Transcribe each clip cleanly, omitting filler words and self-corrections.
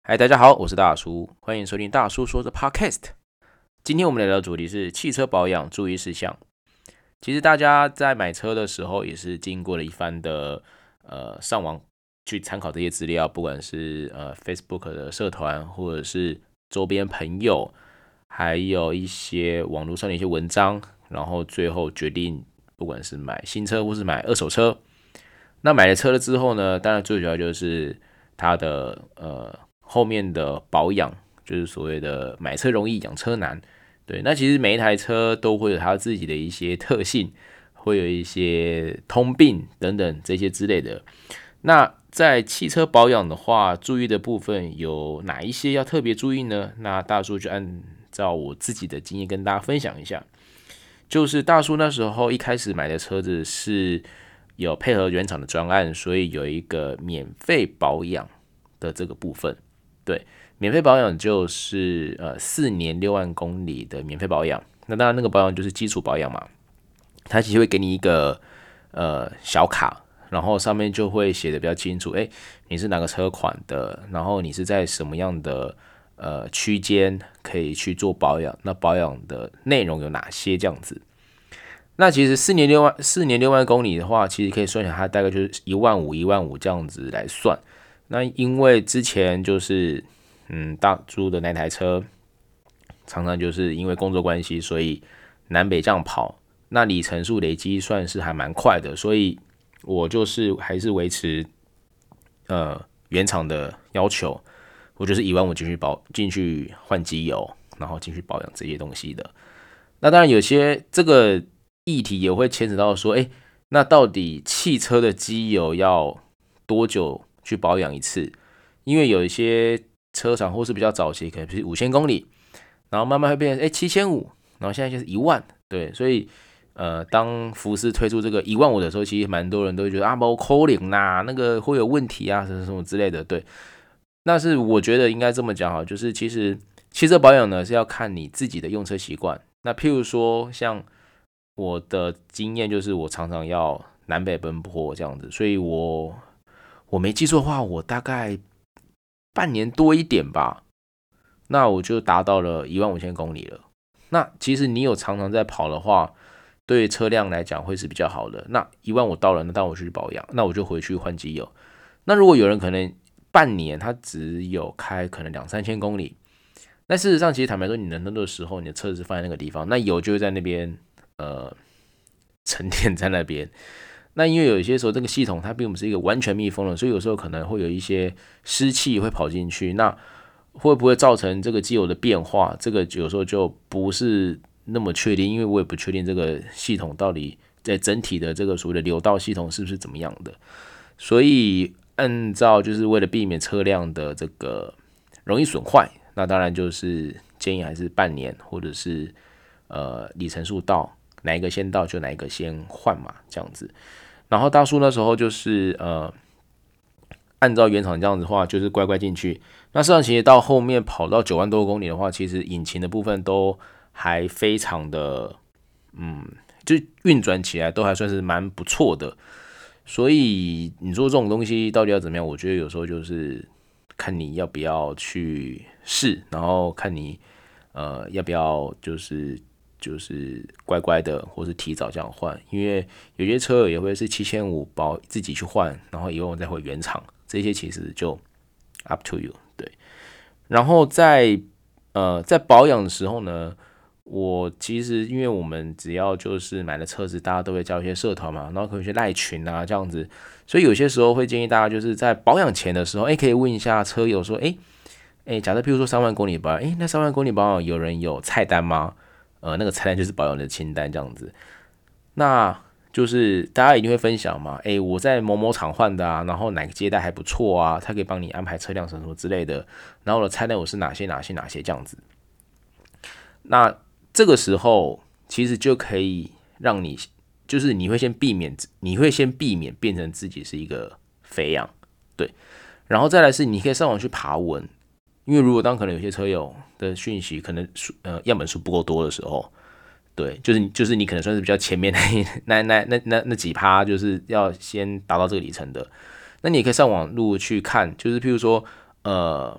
嗨，大家好，我是大叔，欢迎收听大叔说的 Podcast。今天我们聊的主题是汽车保养注意事项。其实大家在买车的时候也是经过了一番的上网去参考这些资料，不管是Facebook 的社团，或者是周边朋友，还有一些网络上的一些文章，然后最后决定不管是买新车或是买二手车。那买了车了之后呢，当然最主要就是它的后面的保养，就是所谓的买车容易养车难。对，那其实每一台车都会有它自己的一些特性，会有一些通病等等这些之类的。那在汽车保养的话，注意的部分有哪一些要特别注意呢？那大叔就按照我自己的经验跟大家分享一下。就是大叔那时候一开始买的车子是有配合原厂的专案，所以有一个免费保养的这个部分。对，免费保养就是4年6万公里的免费保养。那当然那个保养就是基础保养嘛，它其实会给你一个小卡，然后上面就会写的比较清楚，你是哪个车款的，然后你是在什么样的区间可以去做保养，那保养的内容有哪些这样子。那其实4年6万公里的话，其实可以算起来，它大概就是15000、15000这样子来算。那因为之前就是大租的那台车，常常就是因为工作关系，所以南北这样跑，那里程数累积算是还蛮快的，所以我就是还是维持原厂的要求，我就是15000进去换机油，然后进去保养这些东西的。那当然有些这个议题也会牵扯到说，那到底汽车的机油要多久去保养一次？因为有一些车厂或是比较早期，可能是5000公里，然后慢慢会变成7500，然后现在就是1万，对，所以当福斯推出这个15000的时候，其实蛮多人都会觉得没可能啦，那个会有问题啊，什么什么之类的，对。那是我觉得应该这么讲好，就是其实汽车保养呢是要看你自己的用车习惯。那譬如说像我的经验就是我常常要南北奔波这样子，所以我没记错的话，我大概半年多一点吧，那我就达到了15000公里了。那其实你有常常在跑的话，对车辆来讲会是比较好的。那15000到了，那当我去保养，那我就回去换机油。那如果有人可能半年他只有开可能2、3000公里，那事实上其实坦白说，你能那的时候，你的车子放在那个地方，那油就会在那边沉淀在那边。那因为有一些时候这个系统它并不是一个完全密封的，所以有时候可能会有一些湿气会跑进去，那会不会造成这个机油的变化？这个有时候就不是那么确定，因为我也不确定这个系统到底在整体的这个所谓的流道系统是不是怎么样的。所以按照就是为了避免车辆的这个容易损坏，那当然就是建议还是半年或者是里程数到哪一个先到就哪一个先换嘛，这样子。然后大叔那时候就是按照原厂这样子的话，就是乖乖进去。那实际上其实到后面跑到9万多公里的话，其实引擎的部分都还非常的就运转起来都还算是蛮不错的。所以你说这种东西到底要怎么样？我觉得有时候就是看你要不要去试，然后看你要不要就是乖乖的，或是提早这样换，因为有些车友也会是7500保自己去换，然后以后再回原厂，这些其实就 up to you， 对。然后在保养的时候呢，我其实因为我们只要就是买了车子，大家都会加一些社团嘛，然后可能有些赖群啊这样子，所以有些时候会建议大家就是在保养前的时候，可以问一下车友说，假设譬如说3万公里保养，那3万公里保养有人有菜单吗？那个菜单就是保养的清单这样子。那就是大家一定会分享嘛，我在某某厂换的啊，然后哪个接待还不错啊，他可以帮你安排车辆什么之类的，然后我的菜单我是哪些这样子。那这个时候其实就可以让你，就是你会先避免变成自己是一个肥羊，对。然后再来是你可以上网去爬文，因为如果当可能有些车友的讯息可能样本数不够多的时候，对，就是你可能算是比较前面那几趴，就是要先达到这个里程的，那你也可以上网路去看，就是譬如说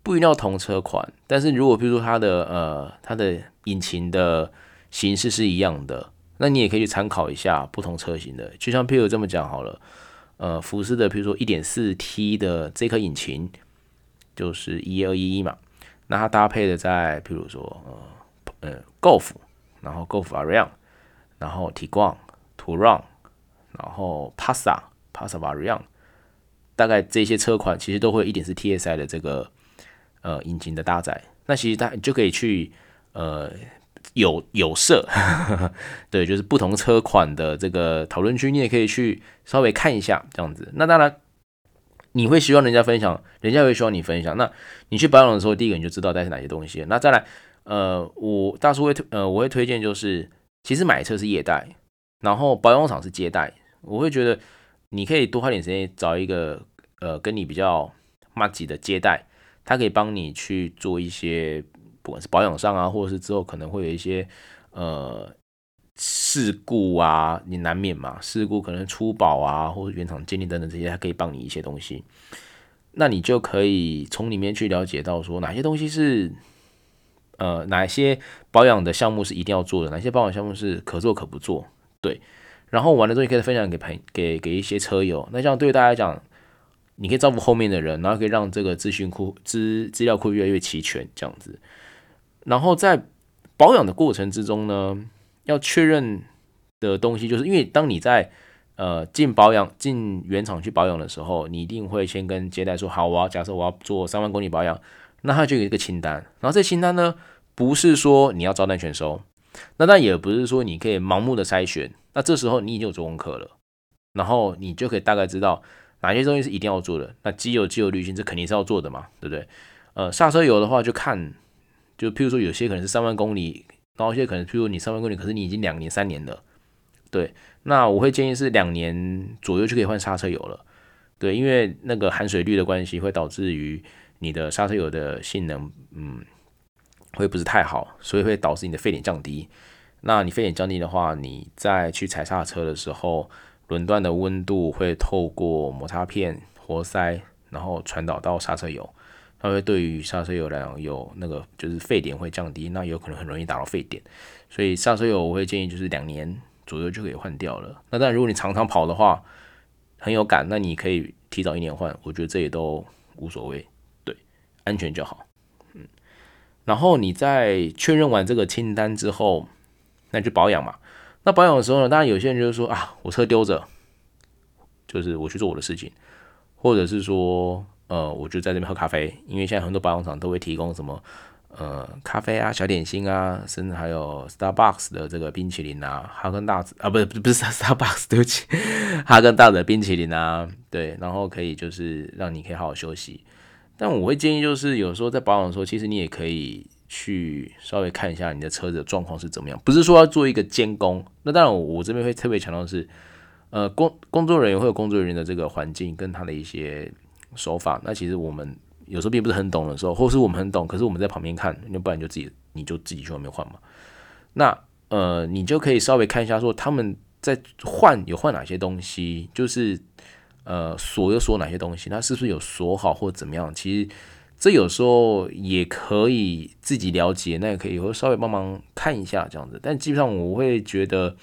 不一定要同车款，但是如果比如说它的引擎的形式是一样的，那你也可以去参考一下不同车型的。就像譬如这么讲好了，福斯的譬如说 1.4T 的这颗引擎就是11211嘛，那它搭配的在譬如说Golf， 然后 Golf Variant， 然后 Tiguan、Touran， 然后 Passa Variant， 大概这些车款其实都会有 1.4 TSI 的这个引擎的搭载。那其实你就可以去有色对，就是不同车款的这个讨论区，你也可以去稍微看一下这样子。那当然你会希望人家分享，人家会希望你分享。那你去保养的时候，第一个你就知道带是哪些东西。那再来，我会推荐就是，其实买车是业代，然后保养厂是接待。我会觉得你可以多花点时间找一个跟你比较麻吉的接待，他可以帮你去做一些不管是保养上啊，或者是之后可能会有一些事故啊，你难免嘛，事故可能出保啊，或者原厂鉴定等等这些，它可以帮你一些东西。那你就可以从里面去了解到说哪些东西是哪些保养的项目是一定要做的，哪些保养项目是可做可不做，对。然后完了之后，你可以分享给一些车友，那这样对大家来讲，你可以照顾后面的人，然后可以让这个资料库越来越齐全，这样子。然后在保养的过程之中呢，要确认的东西，就是因为当你在进原厂去保养的时候，你一定会先跟接待说，好，假设我要做3万公里保养，那他就有一个清单，然后这清单呢，不是说你要照单全收，那但也不是说你可以盲目的筛选，那这时候你已经有做功课了，然后你就可以大概知道哪些东西是一定要做的。那机油滤芯这肯定是要做的嘛，对不对？刹车油的话就看，就譬如说有些可能是3万公里，然后有些可能譬如你3万公里，可是你已经2年3年了，对，那我会建议是2年左右就可以换刹车油了，对，因为那个含水率的关系会导致于你的刹车油的性能会不是太好，所以会导致你的沸点降低。那你沸点降低的话，你在去踩刹车的时候，轮段的温度会透过摩擦片、活塞，然后传导到刹车油，它会对于刹车油来讲有那个就是沸点会降低，那有可能很容易打到沸点，所以刹车油我会建议就是2年左右就可以换掉了。那当然如果你常常跑的话，很有感，那你可以提早1年换，我觉得这也都无所谓，对，安全就好。然后你在确认完这个清单之后，那就保养嘛。那保养的时候呢，当然有些人就是说啊，我车丢着，就是我去做我的事情，或者是说我就在这边喝咖啡，因为现在很多保养厂都会提供什么咖啡啊、小点心啊，甚至还有 Starbucks 的这个冰淇淋啊，哈根达斯啊，不是 Starbucks， 对不起，哈根达斯的冰淇淋啊，对，然后可以就是让你可以好好休息。但我会建议就是有时候在保养的时候，其实你也可以去稍微看一下你的车子的状况是怎么样，不是说要做一个监工。那当然我这边会特别强调的是，工作人员会有工作人员的这个环境跟他的一些手法。那其实我们有时候并不是很懂的时候，或是我们很懂，可是我们在旁边看，要不然你就自己去外面换嘛。那你就可以稍微看一下说他们在换哪些东西，就是锁又锁哪些东西，它是不是有锁好或怎么样？其实这有时候也可以自己了解，那也可以会稍微帮忙看一下这样子。但基本上我会觉得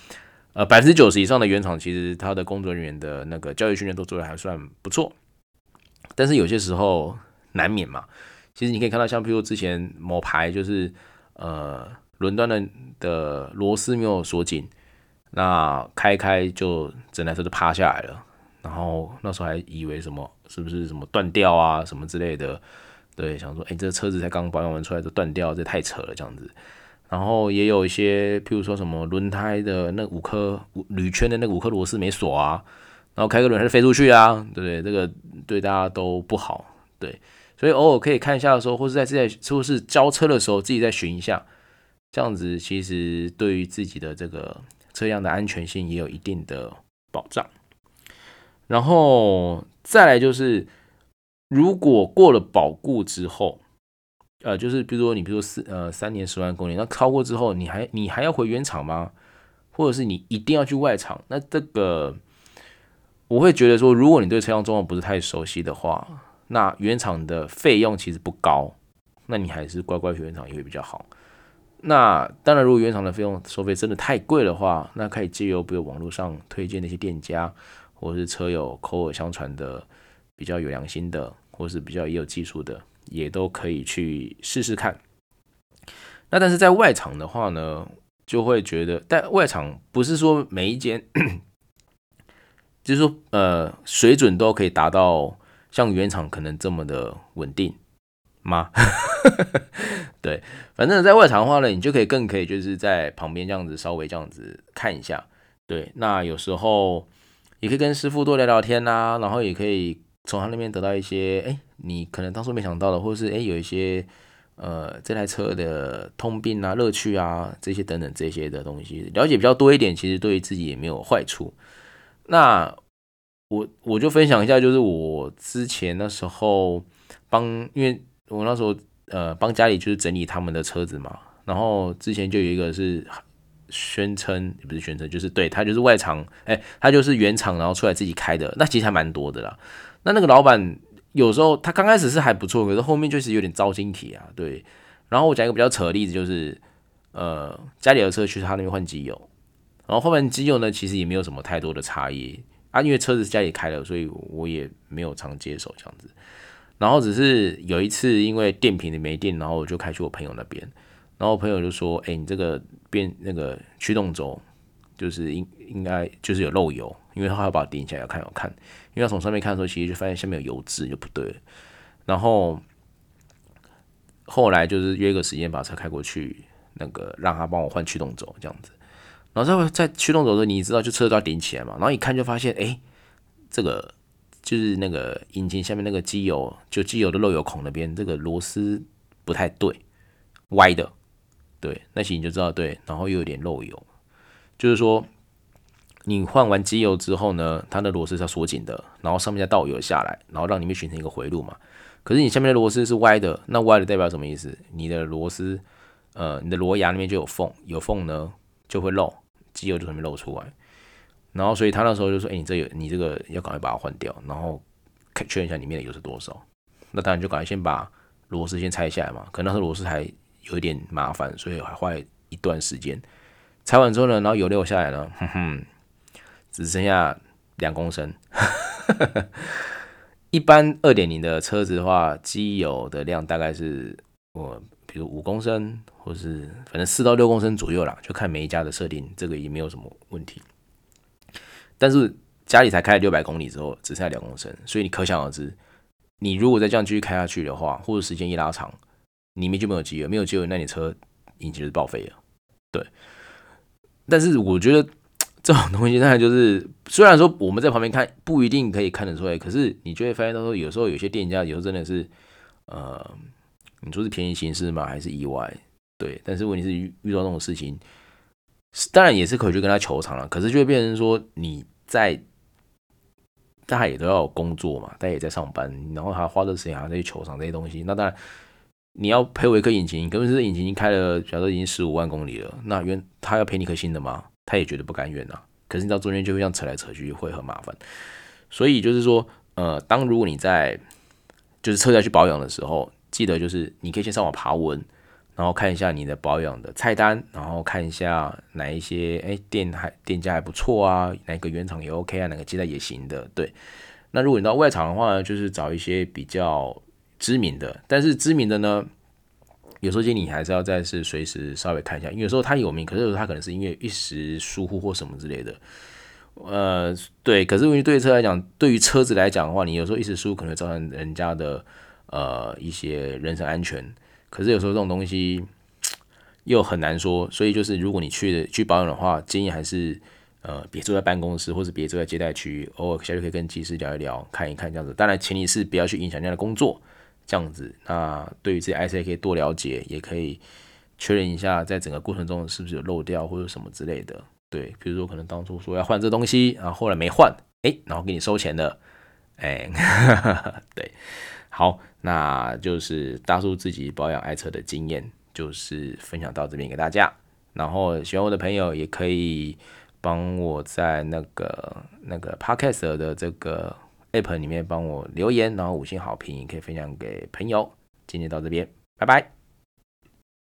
，90%以上的原厂其实他的工作人员的那个教育训练都做得还算不错。但是有些时候难免嘛。其实你可以看到，像譬如之前某牌就是轮端的螺丝没有锁紧，那开就整台车就趴下来了。然后那时候还以为什么是不是什么断掉啊什么之类的，对，想说这车子才刚保养完出来就断掉，这太扯了这样子。然后也有一些譬如说什么轮胎的那5颗铝圈的那个5颗螺丝没锁啊，然后开个轮胎就飞出去啊，对不对？这个对大家都不好，对，所以偶尔可以看一下的时候，或是交车的时候自己再巡一下，这样子其实对于自己的这个车辆的安全性也有一定的保障。然后再来就是，如果过了保固之后，就是比如说3年10万公里，那超过之后，你还要回原厂吗？或者是你一定要去外厂？那这个我会觉得说，如果你对车辆状况不是太熟悉的话，那原厂的费用其实不高， 那你还是乖乖去原厂也会比较好。那当然，如果原厂的收费真的太贵的话，那可以借由比如网络上推荐那些店家，或者是车友口耳相传的比较有良心的，或是比较也有技术的，也都可以去试试看。那但是在外厂的话呢，就会觉得，但外厂不是说每一间，就是说水准都可以达到像原厂可能这么的稳定吗？对，反正在外场的话呢，你就更可以就是在旁边这样子稍微这样子看一下。对，那有时候也可以跟师傅多聊聊天啦，然后也可以从他那边得到一些你可能当初没想到的，或是有一些这台车的通病啊、乐趣啊这些等等这些的东西，了解比较多一点，其实对于自己也没有坏处。那我就分享一下，就是我之前那时候因为我那时候帮家里就是整理他们的车子嘛，然后之前就有一个是宣称，也不是宣称，就是对他就是外厂，他就是原厂，然后出来自己开的，那其实还蛮多的啦。那个老板有时候他刚开始是还不错，可是后面就是有点糟心体啊，对。然后我讲一个比较扯的例子，就是家里的车去他那边换机油，然后换完机油呢，其实也没有什么太多的差异啊，因为车子家里开了，所以我也没有常接手这样子。然后只是有一次因为电瓶的没电，然后我就开去我朋友那边，然后我朋友就说：“你这个那个驱动轴就是应该就是有漏油，因为他要把它顶起来要看，因为他从上面看的时候，其实就发现下面有油渍就不对了。然后后来就是约个时间把车开过去，那个让他帮我换驱动轴这样子。然后在驱动轴的时候，你知道就车都要顶起来嘛，然后一看就发现，这个就是那个引擎下面那个机油的漏油孔那边，这个螺丝不太对，歪的，对，那其实你就知道对，然后又有点漏油，就是说你换完机油之后呢，它的螺丝是要锁紧的，然后上面再倒油下来，然后让里面形成一个回路嘛。可是你下面的螺丝是歪的，那歪的代表什么意思？你的螺丝，你的螺牙那边就有缝，有缝呢就会漏，机油就从那边漏出来。然后所以他那时候就说，你这个要赶快把它换掉，然后确认一下里面的油是多少。那当然就赶快先把螺丝先拆下来嘛。可能那时候螺丝还有一点麻烦，所以还花了一段时间。拆完之后呢，然后油漏下来呢，只剩下2公升。一般2.0的车子的话，机油的量大概是比如5公升，或是反正4到6公升左右啦，就看每一家的设定，这个也没有什么问题。但是家里才开了600公里之后，只剩下2公升，所以你可想而知，你如果再这样继续开下去的话，或者时间一拉长，里面就没有机油，没有机油，那你车引擎就是报废了。对，但是我觉得这种东西当然就是，虽然说我们在旁边看不一定可以看得出来，可是你就会发现到说，有时候有些店家有时候真的是，你说是便宜行事吗？还是意外？对，但是问题是遇到这种事情，当然也是可以去跟他求偿了，可是就会变成说你大家也都要有工作嘛，大家也在上班，然后还花这时间还要再去求偿这些东西，那当然你要赔我一颗引擎，可是引擎已经开了，假如已经15万公里了，那他要赔你颗新的吗？他也觉得不甘愿啊。可是你到中间就会这样扯来扯去，会很麻烦。所以就是说，如果你在就是车要去保养的时候，记得就是你可以先上网爬文，然后看一下你的保养的菜单，然后看一下哪一些店家还不错啊，哪个原厂也 OK 啊，哪个接待也行的。对，那如果你到外厂的话呢，就是找一些比较知名的，但是知名的呢，有时候建议你还是要再是随时稍微看一下，因为有时候他有名，可是有时候他可能是因为一时疏忽或什么之类的。对，可是对车来讲，对于车子来讲的话，你有时候一时疏忽可能会造成人家的一些人身安全。可是有时候这种东西又很难说，所以就是如果你去保养的话，建议还是别坐在办公室，或者别坐在接待区，偶尔下去可以跟技师聊一聊，看一看这样子。当然前提是不要去影响人家的工作，这样子。那对于自己 IC 可以多了解，也可以确认一下，在整个过程中是不是有漏掉或者什么之类的。对，比如说可能当初说要换这东西，然后后来没换，然后给你收钱的，对，好，那就是大叔自己保养爱车的经验，就是分享到这边给大家。然后喜欢我的朋友也可以帮我在那个 Podcast 的这个 App 里面帮我留言，然后5星好评，可以分享给朋友。今天到这边。 拜拜。